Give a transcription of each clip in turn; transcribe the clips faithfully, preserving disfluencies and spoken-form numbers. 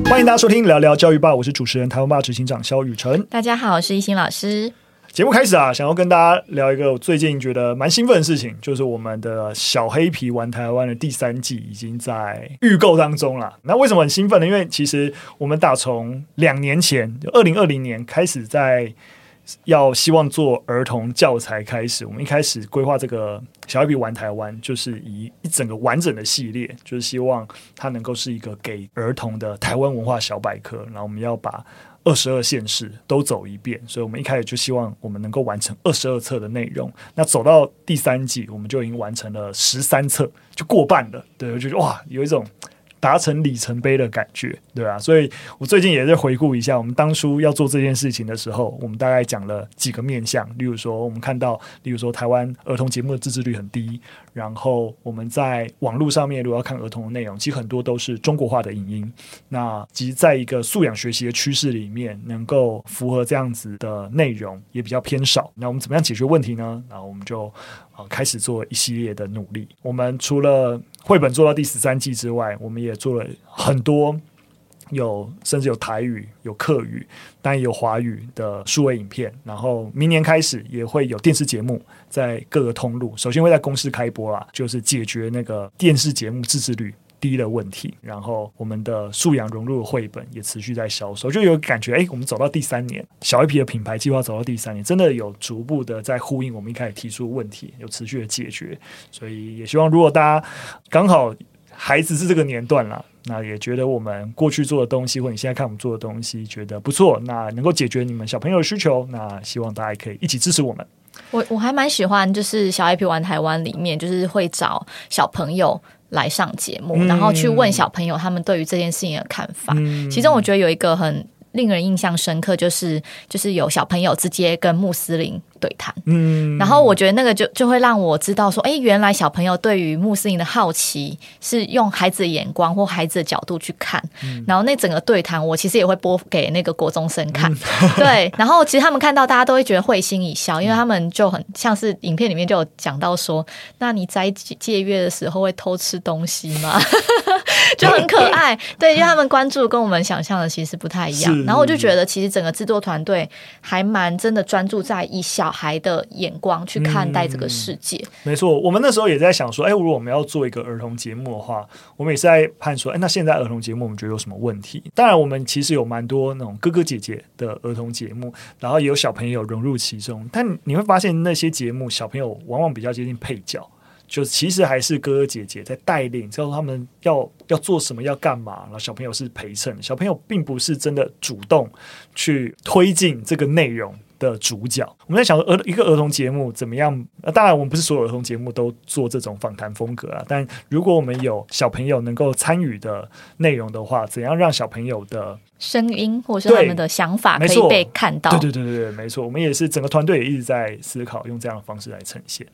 欢迎大家收听聊聊教育吧，我是主持人台湾吧执行长萧雨晨。 大家好，我是一心老师。 节目开始啊，想要跟大家聊一个我最近觉得蛮兴奋的事情，就是我们的小黑皮玩台湾的第三季已经在预购当中了。那为什么很兴奋呢？因为其实我们打从两年前二零二零年开始在要希望做儿童教材开始，我们一开始规划这个小黑皮玩台湾，就是以一整个完整的系列，就是希望它能够是一个给儿童的台湾文化小百科，然后我们要把二十二县市都走一遍，所以我们一开始就希望我们能够完成二十二册的内容。那走到第三季，我们就已经完成了十三册，就过半了。对，我觉得哇，有一种达成里程碑的感觉，对啊，所以我最近也在回顾一下，我们当初要做这件事情的时候，我们大概讲了几个面向，例如说我们看到，例如说台湾儿童节目的自制率很低，然后我们在网络上面如果要看儿童的内容，其实很多都是中国化的影音，那其实在一个素养学习的趋势里面，能够符合这样子的内容也比较偏少。那我们怎么样解决问题呢？然后我们就呃开始做一系列的努力。我们除了绘本做到第十三季之外，我们也做了很多有甚至有台语、有客语，当然也有华语的数位影片。然后明年开始也会有电视节目在各个通路，首先会在公视开播啦，就是解决那个电视节目自制率低的问题。然后我们的素养融入的绘本也持续在销售，就有感觉哎，我们走到第三年，小黑皮的品牌计划走到第三年，真的有逐步的在呼应我们一开始提出的问题，有持续的解决。所以也希望如果大家刚好孩子是这个年段啦，那也觉得我们过去做的东西或你现在看我们做的东西觉得不错，那能够解决你们小朋友的需求，那希望大家也可以一起支持我们。 我我还蛮喜欢就是小黑皮玩台湾里面就是会找小朋友来上节目、嗯、然后去问小朋友他们对于这件事情的看法、嗯、其中我觉得有一个很令人印象深刻，就是就是有小朋友直接跟穆斯林对谈，嗯，然后我觉得那个就就会让我知道说，哎，原来小朋友对于穆斯林的好奇是用孩子的眼光或孩子的角度去看，嗯、然后那整个对谈我其实也会播给那个国中生看，嗯、对，然后其实他们看到大家都会觉得会心一笑，因为他们就很像是影片里面就有讲到说，那你斋戒月的时候会偷吃东西吗？就很可爱，对，因为他们关注跟我们想象的其实不太一样。然后我就觉得，其实整个制作团队还蛮真的专注在以小孩的眼光去看待这个世界。嗯、 没错，我们那时候也在想说，哎，如果我们要做一个儿童节目的话，我们也是在判说，哎，那现在儿童节目我们觉得有什么问题？当然，我们其实有蛮多那种哥哥姐姐的儿童节目，然后也有小朋友融入其中，但你会发现那些节目小朋友往往比较接近配角。就其实还是哥哥姐姐在带领，知道他们要要做什么要干嘛，然后小朋友是陪衬，小朋友并不是真的主动去推进这个内容的主角。我们在想说，一个儿童节目怎么样？当然，我们不是所有儿童节目都做这种访谈风格啊。但如果我们有小朋友能够参与的内容的话，怎样让小朋友的声音或是他们的想法可以被看到？ 对对对对对，没错。我们也是整个团队也一直在思考，用这样的方式来呈现。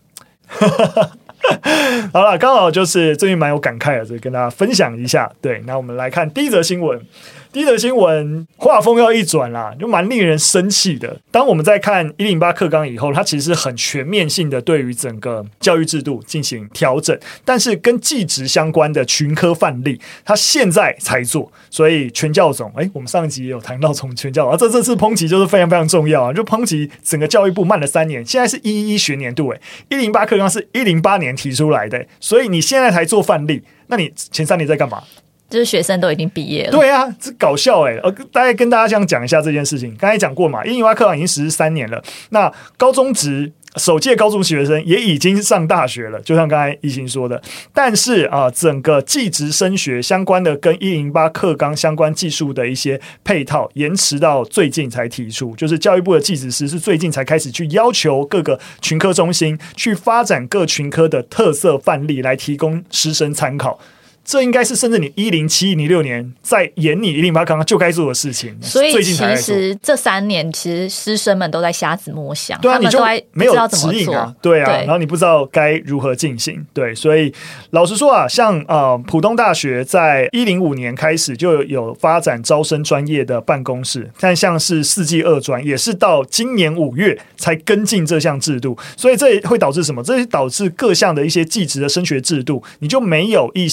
好了，刚好就是最近蛮有感慨的，所以跟大家分享一下。对，那我们来看第一则新闻。第一则新闻画风要一转啦，就蛮令人生气的。当我们在看一零八课纲以后，它其实很全面性的对于整个教育制度进行调整，但是跟技职相关的群科范例，它现在才做。所以全教总，哎，我们上一集也有谈到从全教总，啊，这这次抨击就是非常非常重要啊，就抨击整个教育部慢了三年，现在是一一一学年度，哎，一零八课纲是一零八年提出来的，所以你现在才做范例，那你前三年在干嘛？ 就是学生都已经毕业了。 对啊，这搞笑哎、欸！呃，大概跟大家这样讲一下这件事情。刚才讲过嘛，一零八课纲已经实施三年了，那高中职首届高中学生也已经上大学了，就像刚才一行说的。但是啊、呃，整个技职升学相关的跟一零八课纲相关技术的一些配套，延迟到最近才提出，就是教育部的技职师是最近才开始去要求各个群科中心去发展各群科的特色范例，来提供师生参考。这应该是甚至你一零七、一零六年在演你一零八课纲就该做的事情， 所以其实这三年其实师生们都在瞎子摸象， 对啊， 他们都还不知道怎么做， 啊对啊对，然后你不知道该如何进行，对，所以老实说啊，像呃普通大学在一零五年开始就有发展招生专业的办公室，但像是四技二专也是到今年五月才跟进这项制度，所以这会导致什么？这会导致各项的一些技职的升学制度，你就没有一些具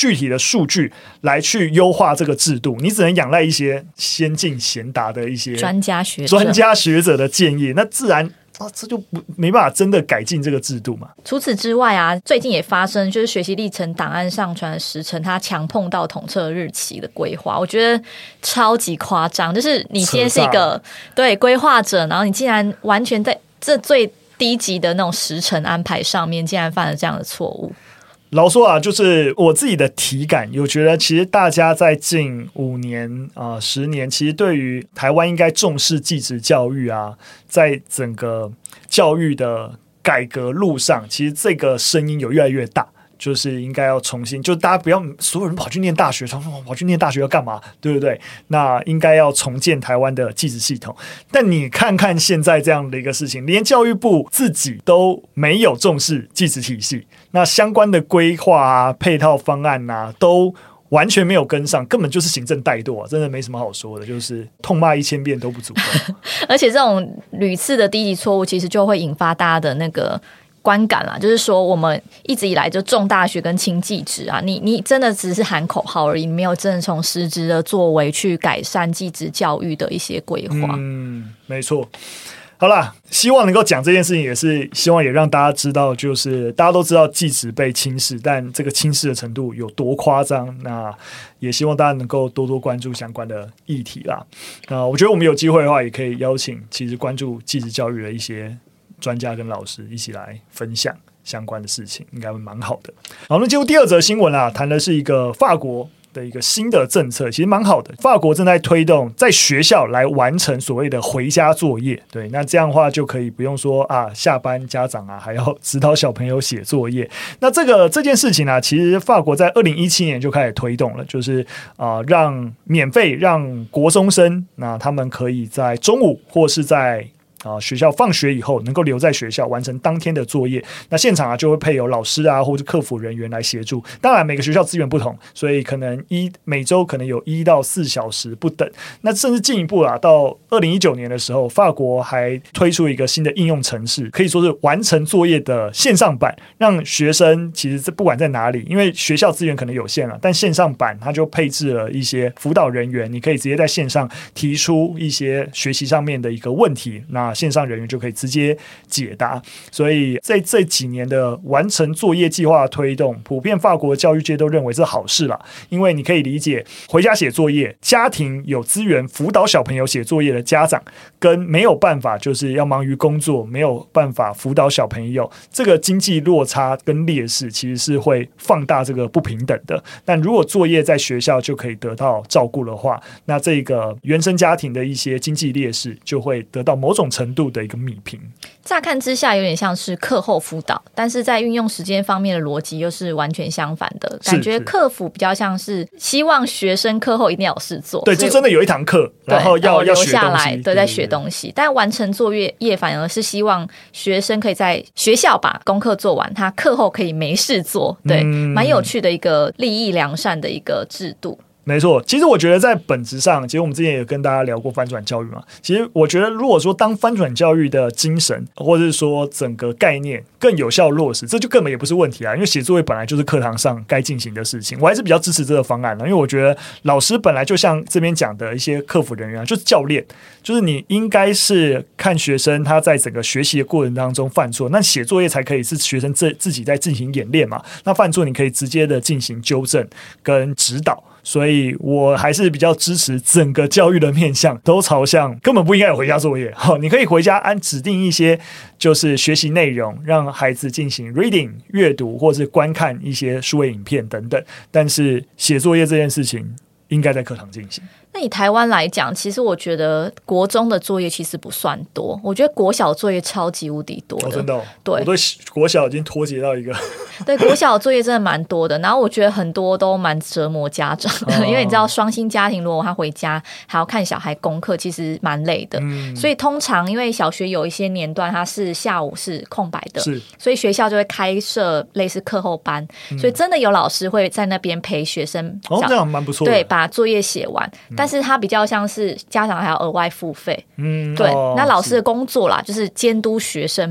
具体的数据来去优化这个制度，你只能仰赖一些先进贤达的一些专家学者专家学者的建议，那自然啊，这就不没办法真的改进这个制度嘛。 除此之外啊，最近也发生就是学习历程档案上传的时程，它强碰到统测日期的规划，我觉得超级夸张。就是你今天是一个对规划者，然后你竟然完全在这最低级的那种时程安排上面，竟然犯了这样的错误。 老说啊，就是我自己的体感，有觉得其实大家在近五年啊、呃、十年，其实对于台湾应该重视技职教育啊，在整个教育的改革路上，其实这个声音有越来越大。就是应该要重新，就大家不要所有人跑去念大学，跑去念大学要干嘛，对不对？那应该要重建台湾的技职系统。但你看看现在这样的一个事情，连教育部自己都没有重视技职体系，那相关的规划啊、配套方案啊，都完全没有跟上，根本就是行政怠惰、啊，真的没什么好说的，就是痛骂一千遍都不足够。 而且这种屡次的低级错误，其实就会引发大家的那个观感啦，就是说我们一直以来就重大学跟轻技职啊，你你真的只是喊口号而已，没有真的从实质的作为去改善技职教育的一些规划。 嗯，没错。好啦，希望能够讲这件事情，也是希望也让大家知道，就是大家都知道技职被轻视，但这个轻视的程度有多夸张。那也希望大家能够多多关注相关的议题啦。那我觉得我们有机会的话，也可以邀请其实关注技职教育的一些专家跟老师一起来分享相关的事情，应该会蛮好的。好，那进入第二则新闻啦，谈的是一个法国的一个新的政策，其实蛮好的。法国正在推动在学校来完成所谓的回家作业，对，那这样的话就可以不用说啊，下班家长啊还要指导小朋友写作业。那这个这件事情呢，其实法国在二零一七年就开始推动了，就是啊、呃，让免费让国中生，那他们可以在中午或是在啊，学校放学以后能够留在学校完成当天的作业，那现场啊就会配有老师啊或者客服人员来协助。当然每个学校资源不同，所以可能一每周可能有一到四小时不等。那甚至进一步啊，到二零一九年的时候，法国还推出一个新的应用程式，可以说是完成作业的线上版，让学生其实不管在哪里，因为学校资源可能有限了，但线上版它就配置了一些辅导人员，你可以直接在线上提出一些学习上面的一个问题，那线上人员就可以直接解答。所以在这几年的完成作业计划的推动，普遍法国教育界都认为是好事啦，因为你可以理解回家写作业，家庭有资源辅导小朋友写作业的家长，跟没有办法就是要忙于工作没有办法辅导小朋友，这个经济落差跟劣势其实是会放大这个不平等的。但如果作业在学校就可以得到照顾的话，那这个原生家庭的一些经济劣势就会得到某种程度的一个弭平。 乍看之下有点像是课后辅导，但是在运用时间方面的逻辑又是完全相反的。感觉课辅比较像是希望学生课后一定要有事做， 对，就真的有一堂课，然后要留下来， 对，在学东西。但完成作业业反而是希望学生可以在学校把功课做完，他课后可以没事做，对，蛮、嗯、有趣的一个利益良善的一个制度。 没错，其实我觉得在本质上，其实我们之前也跟大家聊过翻转教育嘛。其实我觉得，如果说当翻转教育的精神，或者是说整个概念更有效落实，这就根本也不是问题啊。因为写作业本来就是课堂上该进行的事情，我还是比较支持这个方案的。因为我觉得老师本来就像这边讲的一些客服人员啊，就是教练，就是你应该是看学生他在整个学习的过程当中犯错，那写作业才可以是学生自自己在进行演练嘛。那犯错你可以直接的进行纠正跟指导。所以我还是比较支持整个教育的面向都朝向根本不应该有回家作业。好，你可以回家按指定一些就是学习内容，让孩子进行 reading 阅读，或是观看一些数位影片等等。但是写作业这件事情应该在课堂进行。 那以台湾来讲，其实我觉得国中的作业其实不算多，我觉得国小作业超级无敌多的。 哦，真的哦？ 对， 我对国小已经脱节到一个对，国小作业真的蛮多的，然后我觉得很多都蛮折磨家长的，哦，因为你知道双薪家庭如果他回家还要看小孩功课，其实蛮累的，嗯，所以通常因为小学有一些年段它是下午是空白的，是，所以学校就会开设类似课后班，嗯，所以真的有老师会在那边陪学生， 哦，这样蛮不错的， 对，把作业写完，嗯，但是他比较像是家长还要额外付费，嗯，对，哦，那老师的工作啦就是监督学生把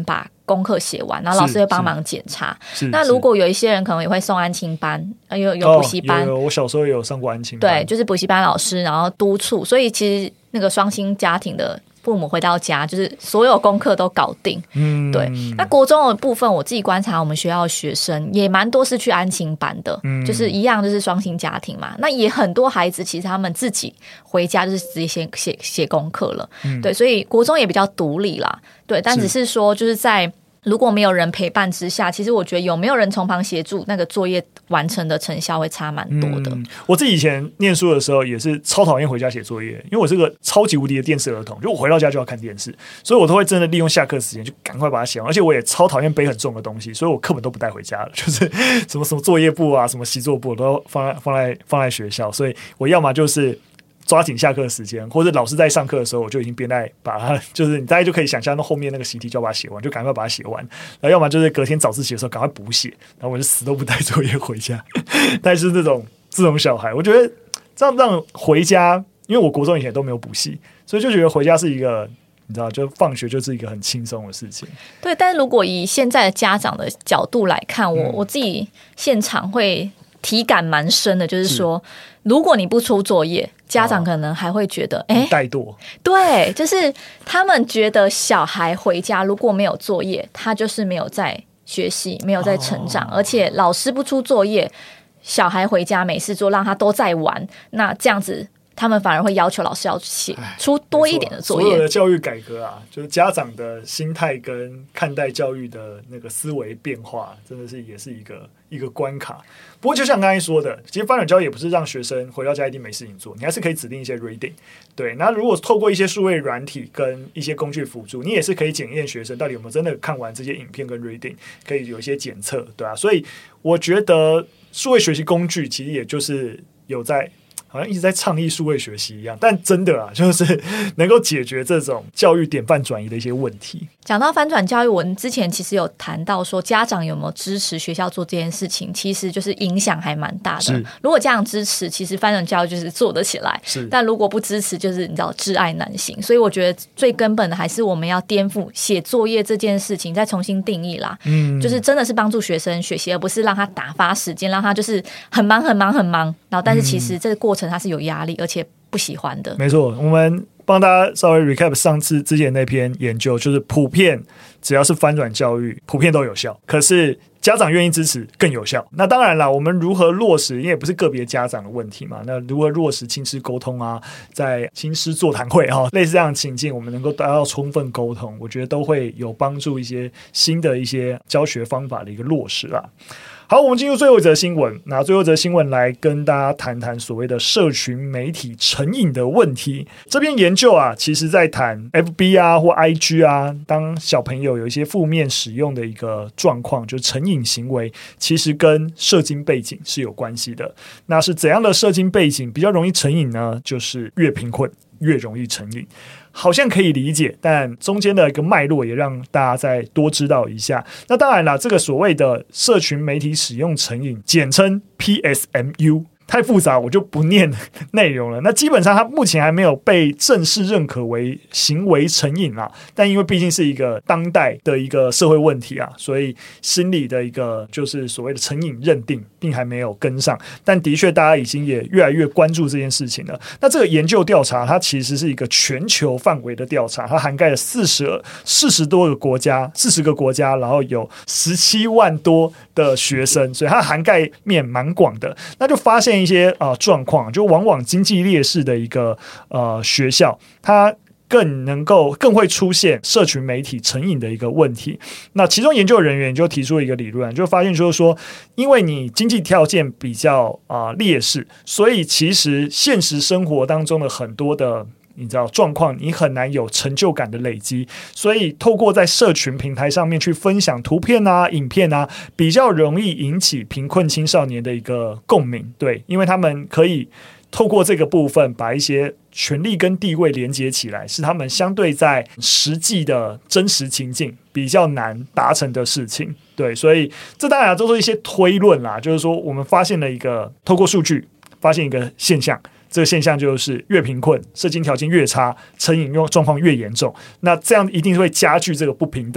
功课写完，然后老师会帮忙检查。那如果有一些人可能也会送安亲班，有有补习班、 哦、有有我小时候也有上过安亲班， 对，就是补习班老师然后督促，所以其实那个双薪家庭的父母回到家就是所有功课都搞定。嗯，对。那国中的部分我自己观察我们学校的学生也蛮多是去安亲班的、嗯、就是一样就是双薪家庭嘛，那也很多孩子其实他们自己回家就是直接写写写功课了、嗯、对，所以国中也比较独立啦，对，但只是说就是在如果没有人陪伴之下，其实我觉得有没有人从旁协助，那个作业完成的成效会差蛮多的、嗯、 我自己以前念书的时候也是超讨厌回家写作业，因为我是个超级无敌的电视儿童，就我回到家就要看电视，所以我都会真的利用下课时间就赶快把它写完，而且我也超讨厌背很重的东西，所以我课本都不带回家了，就是什么什么作业簿啊什么习作簿我都要放在放在放在学校，所以我要么就是抓紧下课的时间，或者老师在上课的时候，我就已经边在把它，就是你大概就可以想象，那后面那个习题就要把它写完，就赶快把它写完。然后要么就是隔天早自习的时候赶快补写，然后我就死都不带作业回家。但是这种这种小孩，我觉得这样让回家，因为我国中以前都没有补习，所以就觉得回家是一个。你知道，就放学就是一个很轻松的事情。 对，但是如果以现在的家长的角度来看，我、嗯、我自己现场会体感蛮深的，就是说，是如果你不出作业，家长可能还会觉得，哎、哦， 怠惰。 对，就是他们觉得小孩回家如果没有作业，他就是没有在学习，没有在成长，哦、而且老师不出作业，小孩回家没事做，让他都在玩，那这样子。他们反而会要求老师要写出多一点的作业。 所有的教育改革啊，就是家长的心态跟看待教育的那个思维变化，真的是也是一个一个关卡。不过就像刚才说的，其实翻转教育也不是让学生回到家一定没事情做，你还是可以指定一些 reading。对，那如果透过一些数位软体跟一些工具辅助，你也是可以检验学生到底有没有真的看完这些影片跟 reading， 可以有一些检测，对啊。所以我觉得数位学习工具其实也就是有在。好像一直在倡议数位学习一样，但真的啊，就是能够解决这种教育典范转移的一些问题。 讲到翻转教育，我们之前其实有谈到说，家长有没有支持学校做这件事情，其实就是影响还蛮大的。如果家长支持，其实翻转教育就是做得起来；但如果不支持，就是你知道挚爱难行。所以我觉得最根本的还是我们要颠覆写作业这件事情，再重新定义啦。嗯，就是真的是帮助学生学习，而不是让他打发时间，让他就是很忙很忙很忙，然后但是其实这个过程他是有压力，而且不喜欢的。 没错，我们帮大家稍微 recap 上次之前那篇研究，就是普遍只要是翻转教育，普遍都有效。可是家长愿意支持更有效。那当然啦，我们如何落实，因为也不是个别家长的问题嘛。那如何落实亲师沟通啊，在亲师座谈会啊，类似这样的情境，我们能够达到充分沟通，我觉得都会有帮助一些新的一些教学方法的一个落实啦。好，我们进入最后一则新闻。那最后一则新闻来跟大家谈谈所谓的社群媒体成瘾的问题。这篇研究啊，其实在谈 F B 啊或 I G 啊，当小朋友有一些负面使用的一个状况，就是成瘾行为，其实跟社经背景是有关系的。那是怎样的社经背景比较容易成瘾呢？就是越贫困越容易成瘾。好像可以理解，但中间的一个脉络也让大家再多知道一下。那当然啦，这个所谓的社群媒体使用成瘾，简称 P S M U， 太复杂，我就不念内容了。那基本上它目前还没有被正式认可为行为成瘾啦，但因为毕竟是一个当代的一个社会问题啊，所以心理的一个就是所谓的成瘾认定并还没有跟上，但的确大家已经也越来越关注这件事情了。那这个研究调查它其实是一个全球范围的调查，它涵盖了四十四十多个国家，四十个国家，然后有十七万多的学生，所以它涵盖面蛮广的。那就发现一些呃状况，就往往经济劣势的一个呃学校，它更能够更会出现社群媒体成瘾的一个问题。那其中研究人员就提出了一个理论，就发现就是说，因为你经济条件比较啊、呃、劣势，所以其实现实生活当中的很多的你知道状况，你很难有成就感的累积，所以透过在社群平台上面去分享图片啊、影片啊，比较容易引起贫困青少年的一个共鸣。对，因为他们可以透过这个部分把一些权力跟地位连接起来，是他们相对在实际的真实情境比较难达成的事情。对，所以这当然都是一些推论啦，就是说我们发现了一个透过数据发现一个现象，这个现象就是越贫困社经条件越差，成瘾状况越严重，那这样一定会加剧这个不平等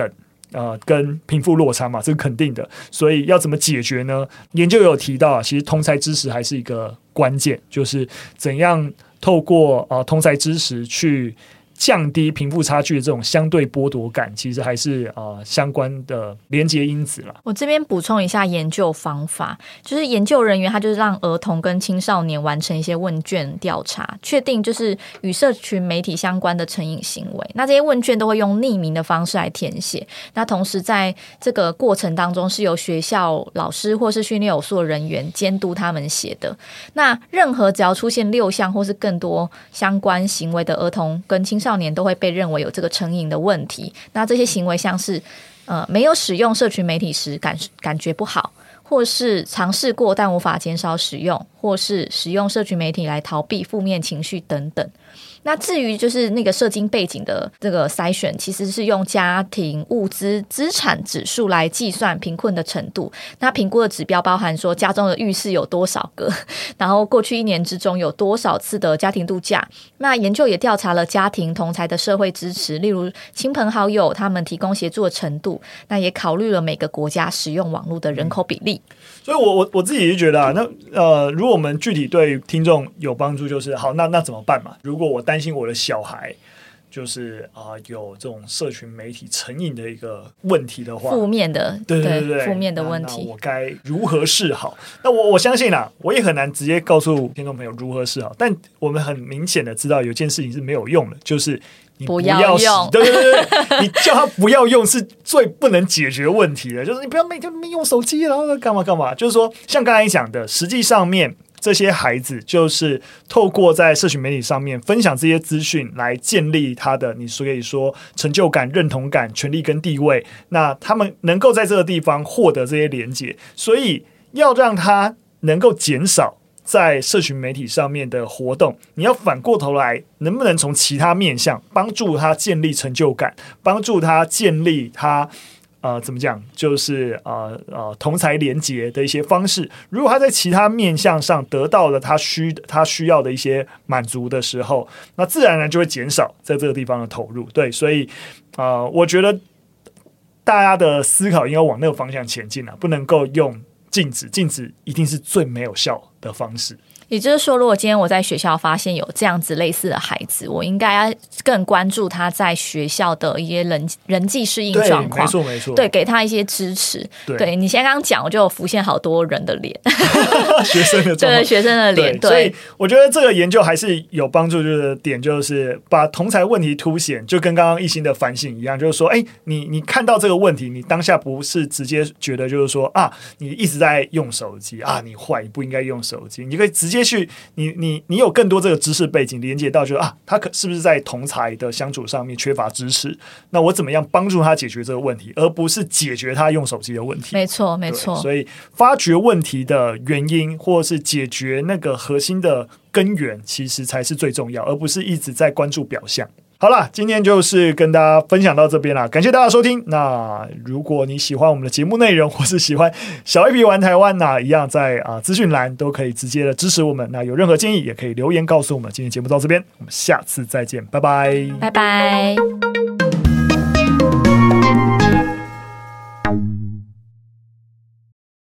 呃跟贫富落差嘛，这是肯定的。所以要怎么解决呢？研究有提到啊，其实同侪支持还是一个关键，就是怎样透过啊、呃、同侪支持去降低贫富差距的这种相对剥夺感，其实还是呃相关的连结因子啦。 我这边补充一下研究方法，就是研究人员他就是让儿童跟青少年完成一些问卷调查，确定就是与社群媒体相关的成瘾行为。那这些问卷都会用匿名的方式来填写，那同时在这个过程当中是由学校老师或是训练有素的人员监督他们写的。那任何只要出现六项或是更多相关行为的儿童跟青少年少年都会被认为有这个成瘾的问题。那这些行为像是呃没有使用社群媒体时感感觉不好，或是尝试过但无法减少使用，或是使用社群媒体来逃避负面情绪等等。那至于就是那个社经背景的这个筛选，其实是用家庭物资资产指数来计算贫困的程度。那评估的指标包含说家中的浴室有多少个，然后过去一年之中有多少次的家庭度假。那研究也调查了家庭同侪的社会支持，例如亲朋好友他们提供协助的程度，那也考虑了每个国家使用网络的人口比例。 所以我我我自己就觉得啊，那呃，如果我们具体对听众有帮助，就是好，那那怎么办嘛？如果我担心我的小孩就是啊、呃、有这种社群媒体成瘾的一个问题的话， 负面的对对 对, 对负面的问题， 那, 那我该如何是好？那我我相信啦，我也很难直接告诉听众朋友如何是好，但我们很明显的知道有件事情是没有用的，就是你不要不要用， 对对对对，你叫他不要用是最不能解决问题的，就是你不要每天用手机，然后干嘛干嘛。就是说，像刚才讲的，实际上面这些孩子就是透过在社群媒体上面分享这些资讯，来建立他的你所以说成就感、认同感、权力跟地位。那他们能够在这个地方获得这些连结，所以要让他能够减少在社群媒体上面的活动，你要反过头来，能不能从其他面向帮助他建立成就感，帮助他建立他呃怎么讲，就是呃呃同侪连结的一些方式。如果他在其他面向上得到了他需他需要的一些满足的时候，那自然而然就会减少在这个地方的投入。对，所以呃，我觉得大家的思考应该往那个方向前进啊，不能够用禁止，禁止一定是最没有效的方式。 也就是说，如果今天我在学校发现有这样子类似的孩子，我应该要更关注他在学校的一些人人际适应状况， 没错没错， 对，给他一些支持。对，对你先刚刚讲，我就有浮现好多人的脸， 学生的状况， 对学生的脸，对， 所以我觉得这个研究还是有帮助，就是点就是把同侪问题凸显，就跟刚刚一心的反省一样，就是说，哎，你你看到这个问题，你当下不是直接觉得就是说啊，你一直在用手机啊，你坏，你不应该用手机，你可以直接去，你你你有更多这个知识背景连接到，就是啊，他可是不是在同侪的相处上面缺乏支持？那我怎么样帮助他解决这个问题，而不是解决他用手机的问题？ 没错，没错。 所以发掘问题的原因，或是解决那个核心的根源，其实才是最重要，而不是一直在关注表象。好啦，今天就是跟大家分享到这边啦，感谢大家收听。那如果你喜欢我们的节目内容，或是喜欢小 A P 玩台湾，那一样在啊资讯栏都可以直接的支持我们。那有任何建议也可以留言告诉我们。今天节目到这边，我们下次再见，拜拜， 拜拜。